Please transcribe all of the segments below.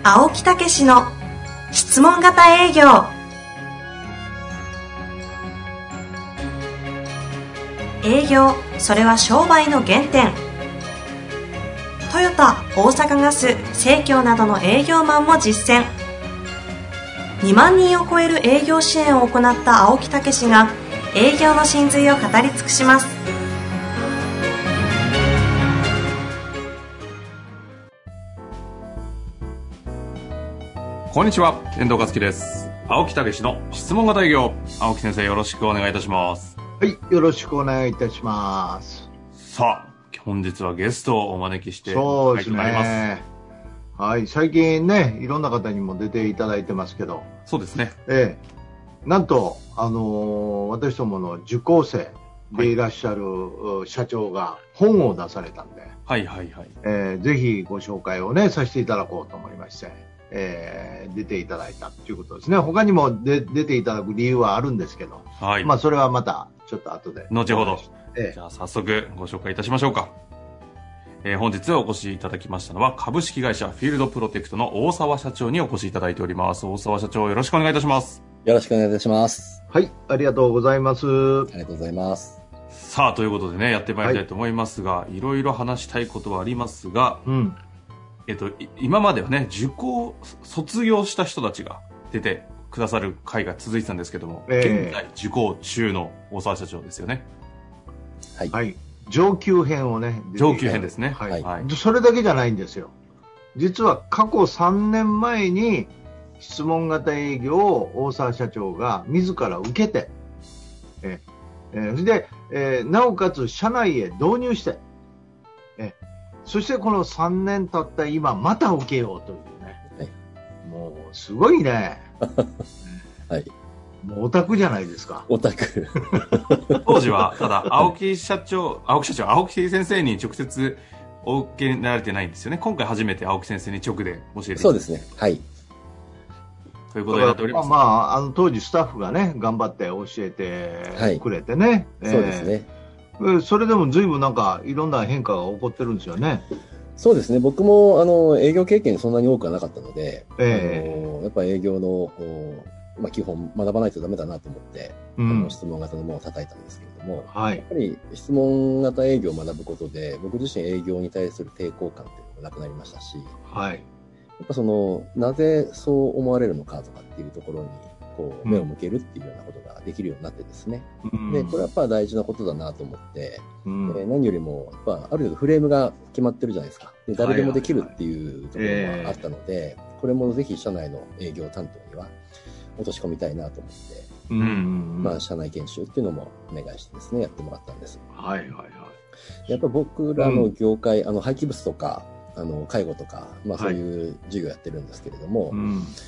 青木武の質問型営業。営業、それは商売の原点。トヨタ、大阪ガス、生協などの営業マンも実践。2万人を超える営業支援を行った青木武が営業の真髄を語り尽くします。 こんにちは、遠藤和樹です。青木武の質問型営業。青木先生、よろしくお願いいたします。 はい、よろしくお願いいたします。 さあ、本日はゲストをお招きしてそうですね。はい、最近ね、いろんな方にも出ていただいてますけど。 そうですね。 なんと、私どもの受講生でいらっしゃる社長が本を出されたんで、 はいはいはい。 ぜひご紹介をね、させていただこうと思いまして。出ていただいたということですね。他にも出ていただく理由はあるんですけど、はい、まあそれはまたちょっと後で後ほど、じゃあ早速ご紹介いたしましょうか。本日お越しいただきましたのは株式会社フィールドプロテクトの大沢社長にお越しいただいております。大沢社長、よろしくお願いいたします。 よろしくお願いいたします。 はい、ありがとうございます。 ありがとうございます。 さあ、ということでね、やってまいりたいと思いますが、はい、いろいろ話したいことはありますが、今まではね、卒業した人たちが出てくださる会が続いてたんですけども、現在受講中の大沢社長ですよね。 はい。はい、上級編をね。 上級編ですね。 はい。はい、それだけじゃないんですよ。実は過去3年前に質問型営業を大沢社長が自ら受けて、それで、なおかつ社内へ導入して、そしてこの3年経った今また受けようというね、はい、もうすごいね、はい、もうオタクじゃないですか。 オタク当時はただ青木先生に直接お受けになられてないんですよね。今回初めて青木先生に直で教えて。 そうですね。はい。 ということになっております。 当時スタッフがね頑張って教えてくれてね、 はい、そうですね。 それでも随分なんかいろんな変化が起こってるんですよね。 そうですね。僕も営業経験そんなに多くはなかったので、やっぱ営業の基本学ばないとダメだなと思って、質問型の門を叩いたんですけれども、はい、やっぱり質問型営業を学ぶことで僕自身営業に対する抵抗感っていうのがなくなりましたし、はい、やっぱなぜそう思われるのかとかっていうところに目を向けるっていうようなことができるようになってですね、でこれはやっぱ大事なことだなと思って、何よりもやっぱある程度フレームが決まってるじゃないですか。で誰でもできるっていうところがあったので、これもぜひ社内の営業担当には落とし込みたいなと思って、社内研修っていうのもお願いしてですねやってもらったんです。はいはいはい。やっぱ僕らの業界、廃棄物とか介護とか、そういう授業やってるんですけれども、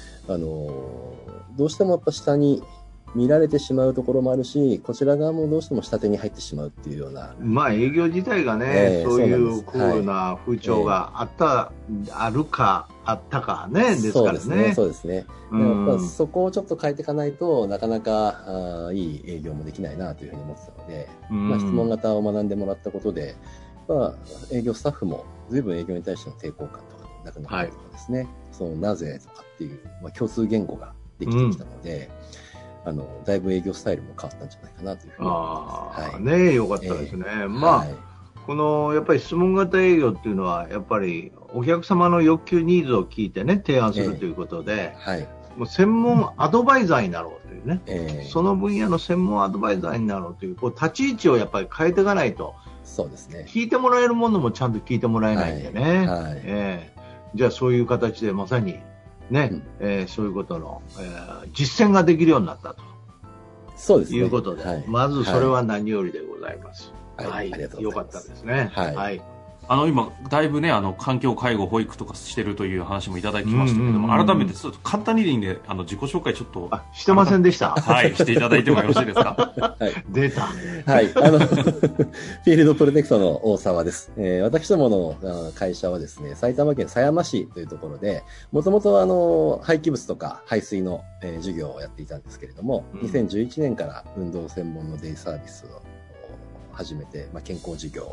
どうしてもやっぱ下に見られてしまうところもあるし、こちら側もどうしても下手に入ってしまうっていうような。 営業自体がね、そういうクールな風潮があったかね、ですからね。 そうですね。やっぱそこをちょっと変えていかないとなかなかいい営業もできないなというふうに思ってたので、質問型を学んでもらったことで、営業スタッフも随分営業に対しての抵抗感とかなくなったりとかですね、なぜとかっていう、共通言語ができてきたので、だいぶ営業スタイルも変わったんじゃないかなというふうに思います。 ね、よかったですね。このやっぱり質問型営業っていうのはやっぱりお客様の欲求ニーズを聞いてね提案するということで、もう専門アドバイザーになろうというね、その分野の専門アドバイザーになろうという立ち位置をやっぱり変えていかないと、 そうですね。 聞いてもらえるものもちゃんと聞いてもらえないんでね。じゃあそういう形でまさにね、そういうことの、実践ができるようになったと。 そうですね。 いうことで、まずそれは何よりでございます。 はい、ありがとうございます。 よかったですね。はい。 今だいぶね環境介護保育とかしてるという話もいただきましたけども、改めてちょっと簡単にでいいんで自己紹介ちょっとしてませんでした。 はい、していただいてもよろしいですか。 はい、 出た。 はい、フィールドプロテクトの大沢です。私どもの会社はですね、埼玉県狭山市というところで、もともと廃棄物とか排水の、授業をやっていたんですけれども、2011年から運動専門のデイサービスを始めて、健康事業を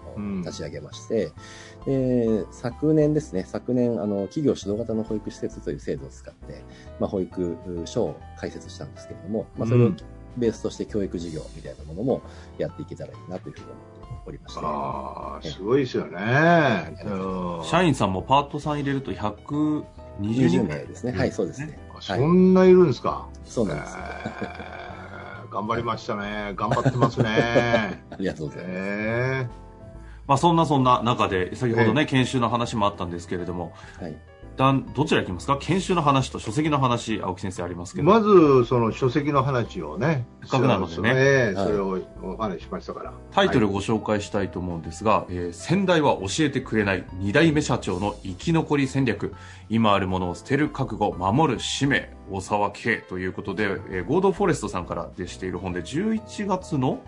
立ち上げまして、昨年ですね、企業主導型の保育施設という制度を使って、保育所を開設したんですけれども、それをベースとして教育事業みたいなものもやっていけたらいいなというふうに思っておりまして。 ああ、すごいですよね。 社員さんもパートさん入れると120 名ですね。はい、そうですね。 そんないるんですか。 そうなんです。 頑張りましたね。頑張ってますね。 ありがとうございます。 そんな中で、先ほどね、研修の話もあったんですけれども、はい、どちら行きますか？研修の話と書籍の話、青木先生ありますけど。 まず、その書籍の話をね、 せっかくなのでね、 それをお話ししましたから。 タイトルご紹介したいと思うんですが、先代は教えてくれない2代目社長の生き残り戦略、今あるものを捨てる覚悟、守る使命、大沢慶ということで、合同フォレストさんから出している本で、11月の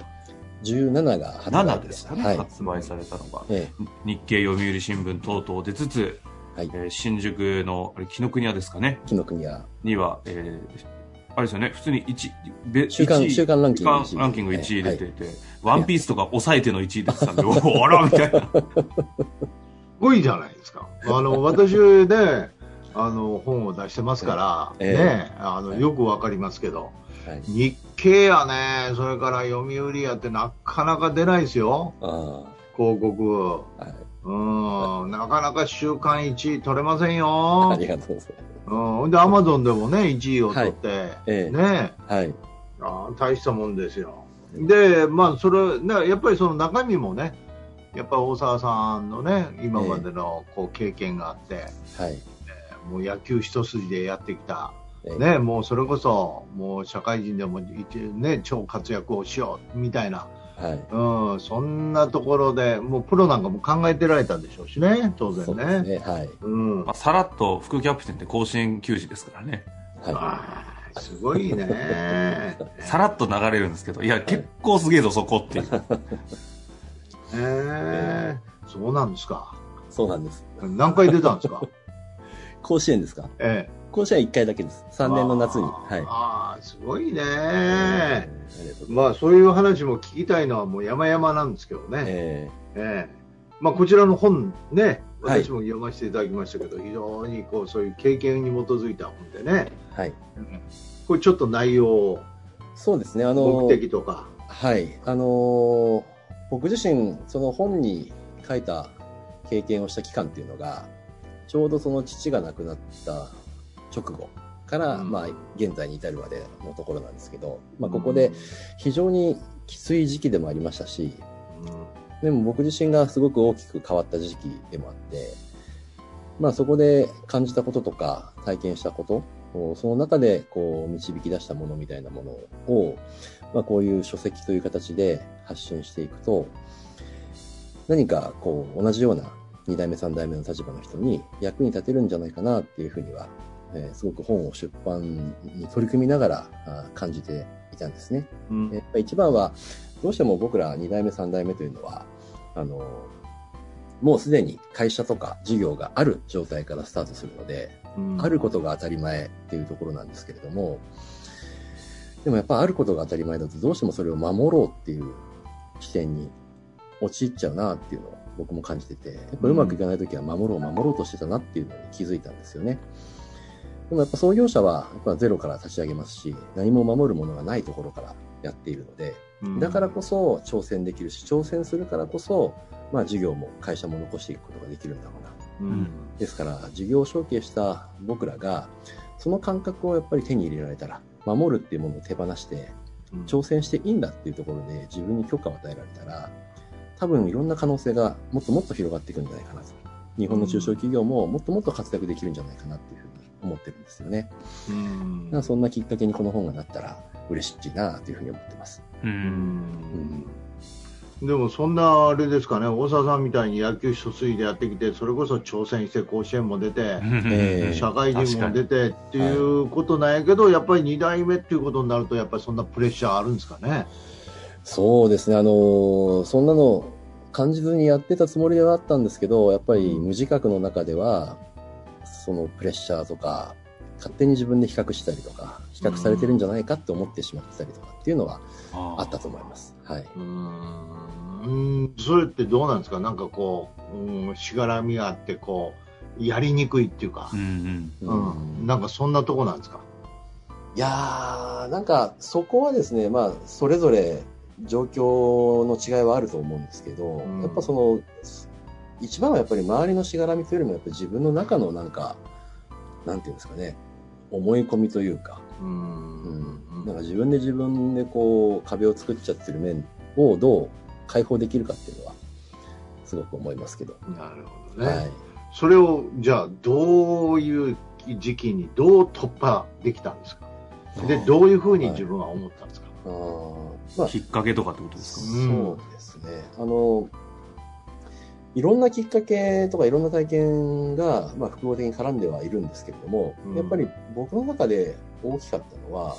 17が発売 7ですかね、発売されたのが、日経読売新聞等々出つつ、新宿の紀ノ国屋ですかね。 紀ノ国屋には、あれですよね、普通に週間ランキング1位出てて、ワンピースとか抑えての1位出てたんで、あらみたいな。すごいじゃないですか。私で、本を出してますから、ね、よくわかりますけど、日経やね、それから読売やってなかなか出ないですよ。広告。なかなか週間1位取れませんよ。 ありがとうございます。で、アマゾンでもね、1位を取って、ね、大したもんですよ。で、それ、やっぱりその中身もね、やっぱり大沢さんのね、今までの経験があって、もう野球一筋でやってきた。もうそれこそ、もう社会人でも、ね、超活躍をしよう、みたいな。そんなところで、もうプロなんかも考えてられたんでしょうしね、当然ね。 さらっと副キャプテンって甲子園球児ですからね。 すごいね。 さらっと流れるんですけど、いや、結構すげえぞ、そこっていう。 そうなんですか。 そうなんです。 何回出たんですか？ 甲子園ですか？甲子園1回だけです。3年の夏に。 すごいね。そういう話も聞きたいのはもう山々なんですけどね。こちらの本ね、私も読ませていただきましたけど、非常にそういう経験に基づいた本でね。これちょっと内容、 そうですね。 目的とか。 僕自身、その本に書いた経験をした期間っていうのが、ちょうどその父が亡くなった直後から、現在に至るまでのところなんですけど、ここで非常にきつい時期でもありましたし、でも僕自身がすごく大きく変わった時期でもあって、そこで感じたこととか体験したこと、その中で導き出したものみたいなものを、こういう書籍という形で発信していくと、何か同じような2代目3代目の立場の人に役に立てるんじゃないかなっていうふうには、すごく本を出版に取り組みながら感じていたんですね。やっぱり一番はどうしても僕ら2代目3代目というのはもうすでに会社とか事業がある状態からスタートするので、あることが当たり前っていうところなんですけれども、でもやっぱあることが当たり前だとどうしてもそれを守ろうっていう視点に陥っちゃうなっていうのを僕も感じてて、やっぱうまくいかないときは守ろうとしてたなっていうのに気づいたんですよね。でもやっぱ創業者はやっぱゼロから立ち上げますし、何も守るものがないところからやっているので、だからこそ挑戦できるし、挑戦するからこそ、事業も会社も残していくことができるんだろうな。ですから、事業承継した僕らが、その感覚をやっぱり手に入れられたら、守るっていうものを手放して、挑戦していいんだっていうところで自分に許可を与えられたら、多分いろんな可能性がもっともっと広がっていくんじゃないかなと。日本の中小企業ももっともっと活躍できるんじゃないかなっていうふうに思ってるんですよね。そんなきっかけにこの本がなったら嬉しいなというふうに思ってます。 でもそんなあれですかね、大沢さんみたいに野球一筋でやってきて、それこそ挑戦して甲子園も出て、社会人も出てっていうことなんやけど、やっぱり2代目っていうことになると、やっぱりそんなプレッシャーあるんですかね。 そうですね、そんなの感じずにやってたつもりではあったんですけど、やっぱり無自覚の中では、そのプレッシャーとか、勝手に自分で比較したりとか、比較されてるんじゃないかって思ってしまったりとかっていうのはあったと思います。はい。 それってどうなんですか？なんかこう、しがらみがあってこうやりにくいっていうか、なんかそんなとこなんですか？ いやー、なんかそこはですね、まあそれぞれ状況の違いはあると思うんですけど、やっぱその一番はやっぱり周りのしがらみというよりもやっぱり自分の中のなんかなんていうんですかね、思い込みというか、なんか自分でこう壁を作っちゃってる面をどう解放できるかっていうのはすごく思いますけど。 なるほどね。はい、それをじゃあどういう時期にどう突破できたんですか？でどういうふうに自分は思ったんですか？ きっかけとかってことですか？ そうですね。いろんなきっかけとかいろんな体験が、まあ、複合的に絡んではいるんですけれども、やっぱり僕の中で大きかったのは、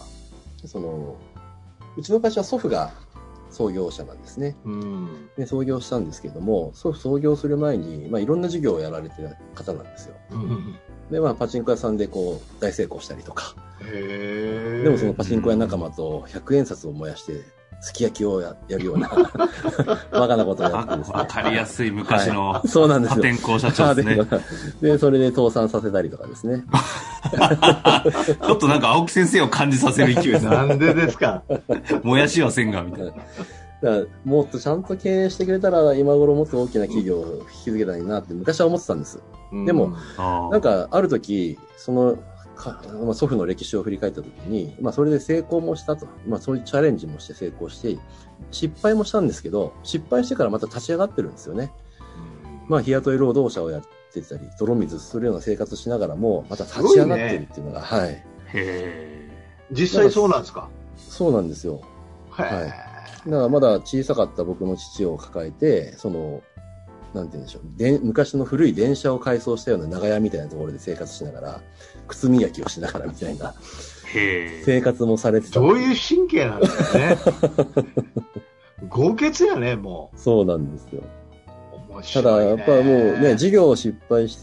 うちの会社は祖父が創業者なんですね。で創業したんですけれども、祖父創業する前に、まあ、いろんな事業をやられてる方なんですよ。で、まあ、パチンコ屋さんでこう大成功したりとか。でもそのパチンコ屋仲間と100円札を燃やして、すき焼きをやるようなバカなことをやってですね。 わかりやすい昔のそうなんですよ。 破天荒社長ですね。 で、それで倒産させたりとかですね。 ちょっとなんか青木先生を感じさせる勢いですね。 なんでですか？ もやしはせんが、みたいな。 だからもっとちゃんと経営してくれたら今頃もっと大きな企業を引き継げたらいいなって昔は思ってたんです。でも、なんかある時、祖父の歴史を振り返った時に、まあそれで成功もしたと。まあそういうチャレンジもして成功して、失敗もしたんですけど、失敗してからまた立ち上がってるんですよね。まあ日雇い労働者をやってたり、泥水するような生活しながらも、また立ち上がってるっていうのが、はい。 実際そうなんですか？ そうなんですよ。はい。だからまだ小さかった僕の父を抱えて、なんて言うんでしょう。昔の古い電車を改装したような長屋みたいなところで生活しながら、靴磨きをしながらみたいな生活もされてた。 どういう神経なんですかね。豪傑やね、もう。 そうなんですよ。 面白いね。 ただ、やっぱもうね、事業を失敗して、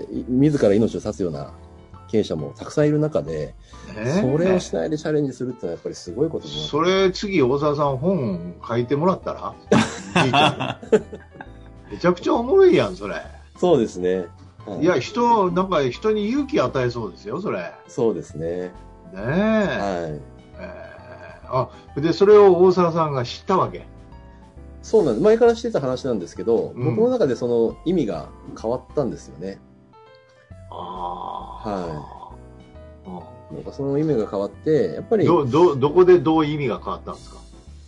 自ら命を絶つような経営者もたくさんいる中で、それをしないでチャレンジするってのはやっぱりすごいことになる。 それ、次、大沢さん本書いてもらったらめちゃくちゃおもろいやん、それ。 そうですね。 はい、いや、なんか人に勇気与えそうですよ、それ。 そうですね。 ねえ。はい。で、それを大沢さんが知ったわけ？ そうなんです。前からしてた話なんですけど、僕の中でその意味が変わったんですよね。はい。なんかその意味が変わって、やっぱり。 どこでどう意味が変わったんですか？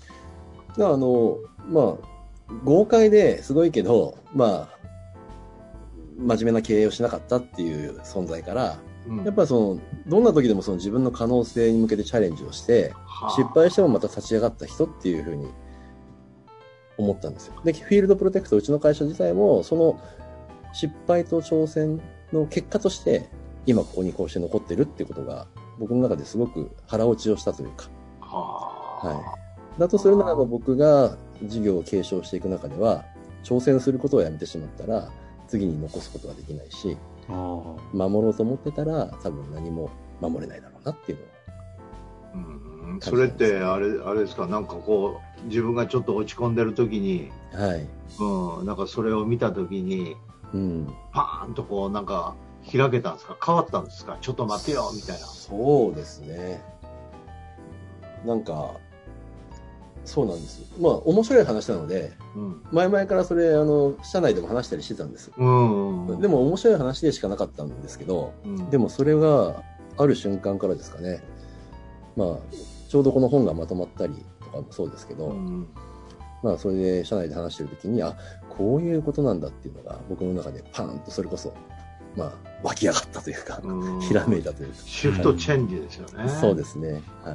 まあ、豪快ですごいけど、まあ、真面目な経営をしなかったっていう存在から、やっぱどんな時でも自分の可能性に向けてチャレンジをして、失敗してもまた立ち上がった人っていうふうに思ったんですよ。で、フィールドプロテクト、うちの会社自体も、その失敗と挑戦の結果として、今ここにこうして残ってるっていうことが、僕の中ですごく腹落ちをしたというか。はい。だとするならば僕が事業を継承していく中では、挑戦することをやめてしまったら、次に残すことはできないし、守ろうと思ってたら多分何も守れないだろうなっていうのを。 それってあれですか、なんかこう自分がちょっと落ち込んでる時に、はい、なんかそれを見た時に、パーンとこうなんか開けたんですか？変わったんですか？ちょっと待てよみたいな。 そうですね。なんかそうなんです。まあ面白い話なので、前々からそれ社内でも話したりしてたんです。でも面白い話でしかなかったんですけど、でもそれがある瞬間からですかね。まあちょうどこの本がまとまったりとかもそうですけど、まあそれで社内で話してる時にこういうことなんだっていうのが僕の中でパーンとそれこそまあ湧き上がったというか、ひらめいたというか。 シフトチェンジですよね。 そうですね。はい。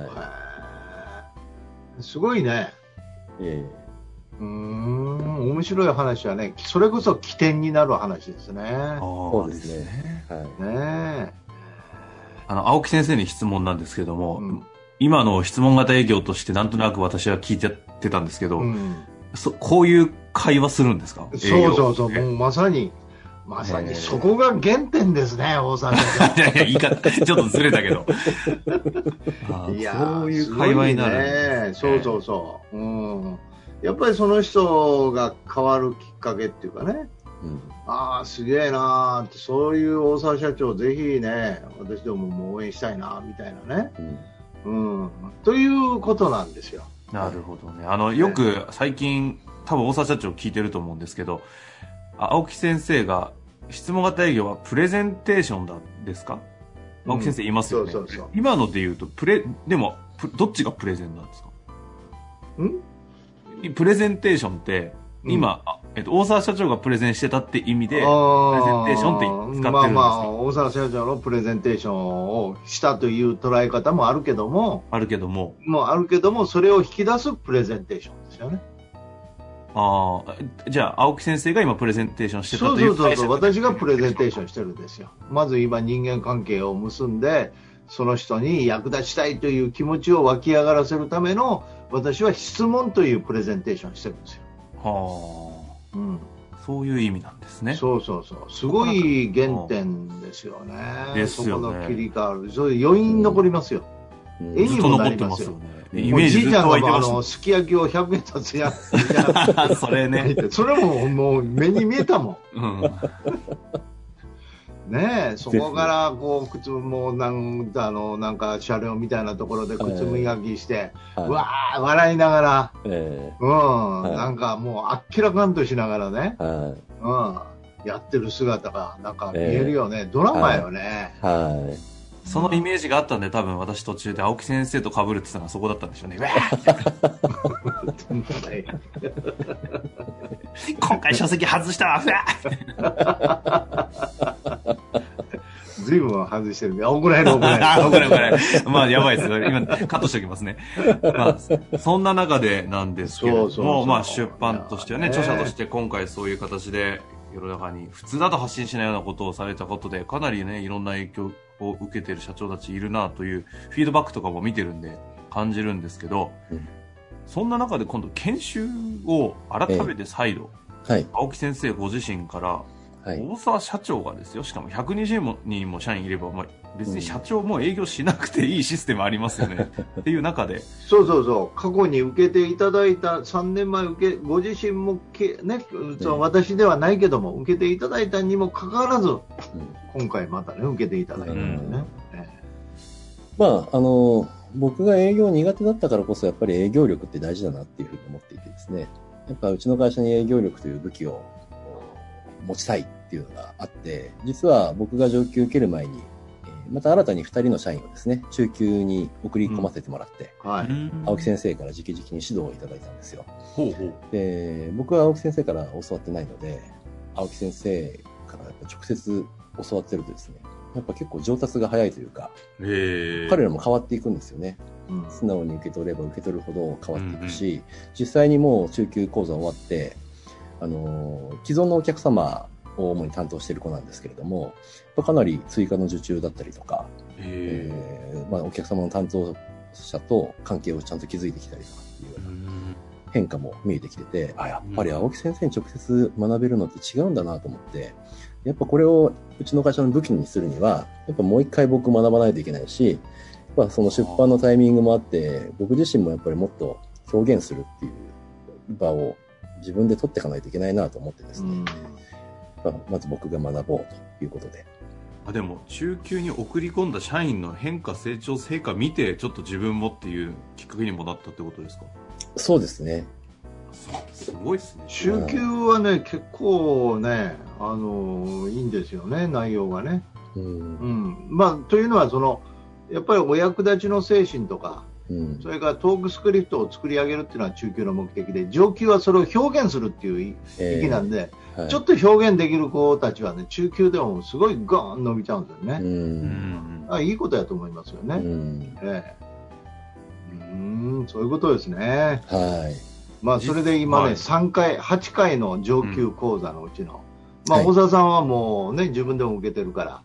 すごいね。面白い話はね、それこそ起点になる話ですね。 そうですね。はい。 青木先生に質問なんですけども、今の質問型営業としてなんとなく私は聞いてたんですけど、こういう会話するんですか？ そう。もうまさにそこが原点ですね、大沢さん。 言い方ちょっとずれたけど。 いや、そういう会話になる。そう。 やっぱりその人が変わるきっかけっていうかね、ああすげえなーって、そういう大沢社長ぜひね、私どもも応援したいなみたいなね、ということなんですよ。 なるほどね。よく最近多分大沢社長聞いてると思うんですけど、青木先生が質問型営業はプレゼンテーションだですか？青木先生言いますよね。そう今ので言うとでもどっちがプレゼンなんですか？プレゼンテーションって今、大沢社長がプレゼンしてたって意味でプレゼンテーションって使ってるんですか？ 大沢社長のプレゼンテーションをしたという捉え方もあるけどもそれを引き出すプレゼンテーションですよね。 じゃあ青木先生が今プレゼンテーションしてたというそう私がプレゼンテーションしてるんですよ。まず今人間関係を結んでその人に役立ちたいという気持ちを湧き上がらせるための私は質問というプレゼンテーションしてるんですよ。 そういう意味なんですね。 そうすごい原点ですよね。そこの切り替わるそういう余韻残りますよ。絵にもなりますよ。イメージずっと湧いてました。すき焼きを100円立つやそれね。 それもう目に見えたもん。ねえ、そこからこう靴もなんか車両みたいなところで靴磨きして、笑いながら、なんかもうあっけらかんとしながらね、やってる姿がなんか見えるよね。ドラマよね。 そのイメージがあったんで、多分私途中で青木先生と被るって言ったのがそこだったんでしょうね。今回書籍外したわ、 ずいぶん外してるね。怒られる。 まあやばいですよ。今カットしておきますね。そんな中でなんですけれども、出版としてはね、著者として今回そういう形で世の中に普通だと発信しないようなことをされたことで、かなりね、いろんな影響を受けている社長たちいるなというフィードバックとかも見てるんで感じるんですけど、そんな中で今度研修を改めて再度、青木先生ご自身から、大沢社長がですよ、しかも120人も社員いれば、別に社長も営業しなくていいシステムありますよねっていう中で、 過去に受けていただいた3年前ご自身も私ではないけども受けていただいたにもかかわらず、今回またね受けていただいたんでね。 僕が営業苦手だったからこそやっぱり営業力って大事だなっていうふうに思っていてですね、やっぱうちの会社に営業力という武器を持ちたいっていうのがあって、実は僕が上級受ける前に、また新たに2人の社員をですね、中級に送り込ませてもらって、青木先生から直々に指導をいただいたんですよ。で、僕は青木先生から教わってないので、青木先生からやっぱ直接教わってるとですね、やっぱ結構上達が早いというか、彼らも変わっていくんですよね。素直に受け取れば受け取るほど変わっていくし、実際にもう中級講座終わって、既存のお客様を主に担当している子なんですけれども、かなり追加の受注だったりとか、お客様の担当者と関係をちゃんと築いてきたりとかっていうような変化も見えてきてて、やっぱり青木先生に直接学べるのって違うんだなと思って、やっぱこれをうちの会社の武器にするには、やっぱもう一回僕学ばないといけないし、その出版のタイミングもあって、僕自身もやっぱりもっと表現するっていう場を自分で取っていかないといけないなと思ってですね、まず僕が学ぼうということで。 でも中級に送り込んだ社員の変化成長成果見て、ちょっと自分もっていうきっかけにもなったってことですか？ そうですね。 すごいですね。 中級はね、結構ね、いいんですよね、内容がね。というのはやっぱりお役立ちの精神とか、それからトークスクリプトを作り上げるっていうのは中級の目的で、上級はそれを表現するっていう意義なんで、ちょっと表現できる子たちはね、中級でもすごいガーン伸びちゃうんですよね。いいことやと思いますよね。そういうことですね。それで今ね、8回の上級講座のうちの、大沢さんはもうね、自分でも受けてるから、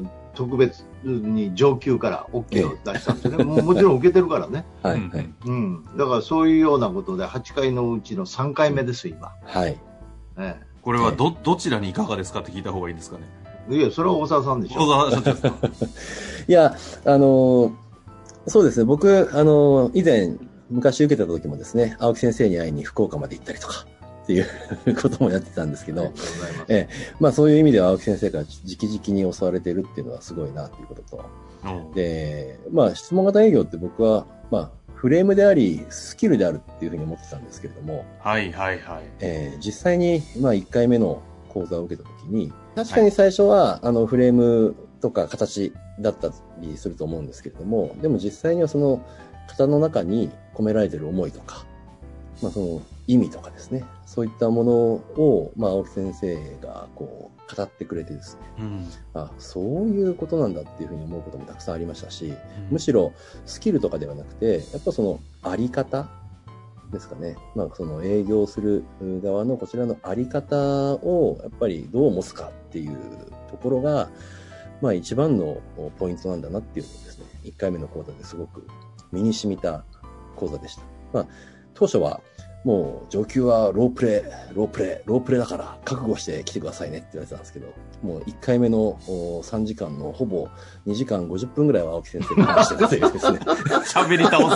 特別に上級から OK を出したんですね。もちろん受けてるからね。だからそういうようなことで8回のうちの3回目です、今。 これはどちらにいかがですかって聞いた方がいいんですかね。 いや、それは大沢さんでしょ。 大沢社長ですか？ いや、そうですね。僕、以前、 昔受けた時もですね、青木先生に会いに福岡まで行ったりとか、っていうこともやってたんですけど、まあそういう意味では青木先生から直々に教われているっていうのはすごいなということと、で、まあ質問型営業って僕は、まあフレームであり、スキルであるっていうふうに思ってたんですけれども、 はいはいはい。 実際に、まあ1回目の講座を受けたときに、確かに最初は、フレームとか形だったりすると思うんですけれども、でも実際にはその型の中に込められている思いとか、まあその意味とかですね、そういったものを、まあ青木先生がこう語ってくれてですね、そういうことなんだっていうふうに思うこともたくさんありましたし、むしろスキルとかではなくて、やっぱそのあり方ですかね。まあその営業する側のこちらのあり方をやっぱりどう持つかっていうところが、まあ一番のポイントなんだなっていうのをですね、1回目の講座ですごく身に染みた講座でした。まあ当初はもう上級はロープレイだから覚悟して来てくださいねって言われてたんですけど、もう1回目の3時間のほぼ2時間50分ぐらいは青木先生に話してたというですね。 喋り倒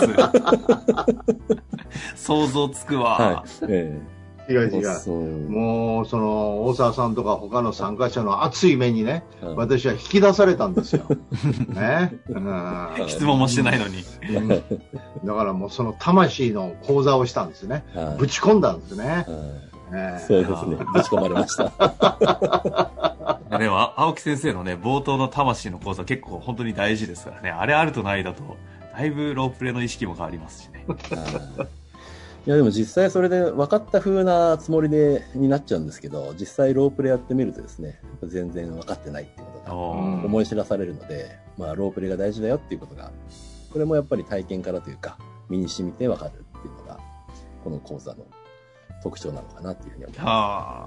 す。想像つくわ。 はい。違う。もう、その、大沢さんとか他の参加者の熱い目にね、私は引き出されたんですよ。ね。 質問もしてないのに。 だからもうその魂の講座をしたんですね。ぶち込んだんですね。 そうですね。ぶち込まれました。 でも、青木先生のね、冒頭の魂の講座結構本当に大事ですからね。あれあるとないだと、だいぶロープレの意識も変わりますしね。 いやでも実際それで分かった風なつもりになっちゃうんですけど、実際ロープレやってみるとですね、全然分かってないっていうことが思い知らされるので、まあロープレが大事だよっていうことが、これもやっぱり体験からというか、身に染みて分かるっていうのが、この講座の特徴なのかなっていうふうに思います。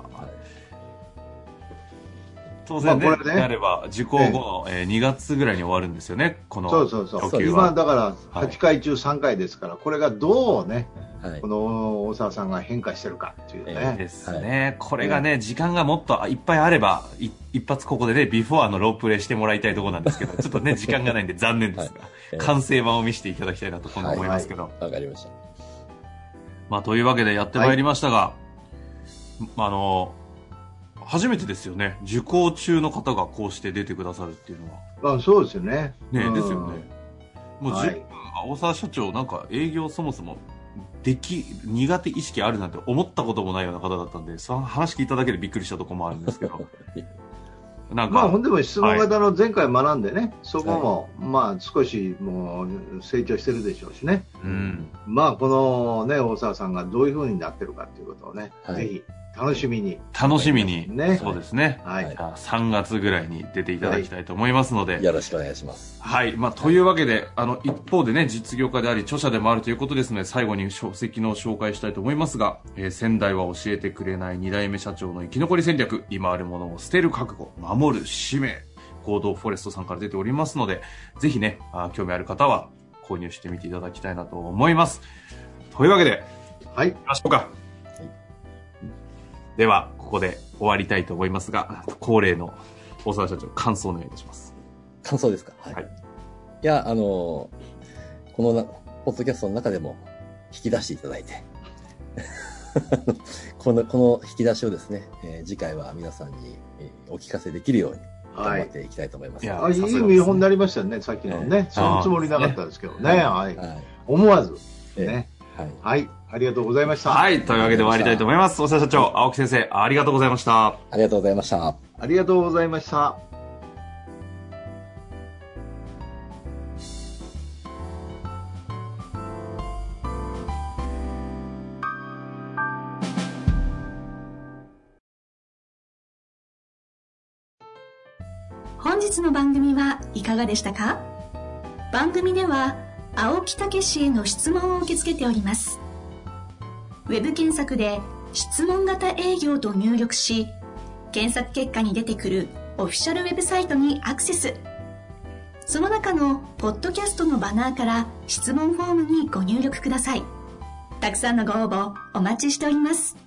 当然ね、であれば受講後の2月ぐらいに終わるんですよね、このそう今だから8回中3回ですから、これがどうね、この大沢さんが変化してるかっていうね。 ですね。これがね、時間がもっといっぱいあれば、一発ここでね、ビフォーのロープレイしてもらいたいところなんですけど、ちょっとね、時間がないんで残念ですが、完成版を見せていただきたいなと思いますけど。 わかりました。 まあ、というわけでやってまいりましたが、初めてですよね。受講中の方がこうして出てくださるっていうのは。 そうですよね。 ね、ですよね。もう大沢社長、なんか営業そもそも苦手意識あるなんて思ったこともないような方だったんで、その話聞いただけでびっくりしたところもあるんですけど。 なんかほんでも質問型の前回学んでね、そこも、まあ少しもう成長してるでしょうしね。まあこのね、大沢さんがどういう風になってるかっていうことをね、ぜひ楽しみに、 ね、そうですね。はい。3月ぐらいに出ていただきたいと思いますので。 よろしくお願いします。 はい。まあ、というわけで、一方でね、実業家であり、著者でもあるということですので、最後に書籍の紹介したいと思いますが、先代は教えてくれない2代目社長の生き残り戦略、今あるものを捨てる覚悟、守る使命、合同フォレストさんから出ておりますので、ぜひね、興味ある方は購入してみていただきたいなと思います。というわけで、 はい。 行きましょうか。では、ここで終わりたいと思いますが、恒例の大沢社長、感想をお願いいたします。 感想ですか。はい。いや、このポッドキャストの中でも引き出していただいて、この引き出しをですね、次回は皆さんにお聞かせできるように頑張っていきたいと思います。 いい見本になりましたね、さっきのね。そのつもりなかったですけどね。思わず。ね。はい。ありがとうございました。 はい。というわけで終わりたいと思います。大沢社長、青木先生、ありがとうございました。 ありがとうございました。 ありがとうございました。 本日の番組はいかがでしたか？番組では青木武氏への質問を受け付けております。ウェブ検索で質問型営業と入力し、検索結果に出てくるオフィシャルウェブサイトにアクセス。その中のポッドキャストのバナーから質問フォームにご入力ください。たくさんのご応募お待ちしております。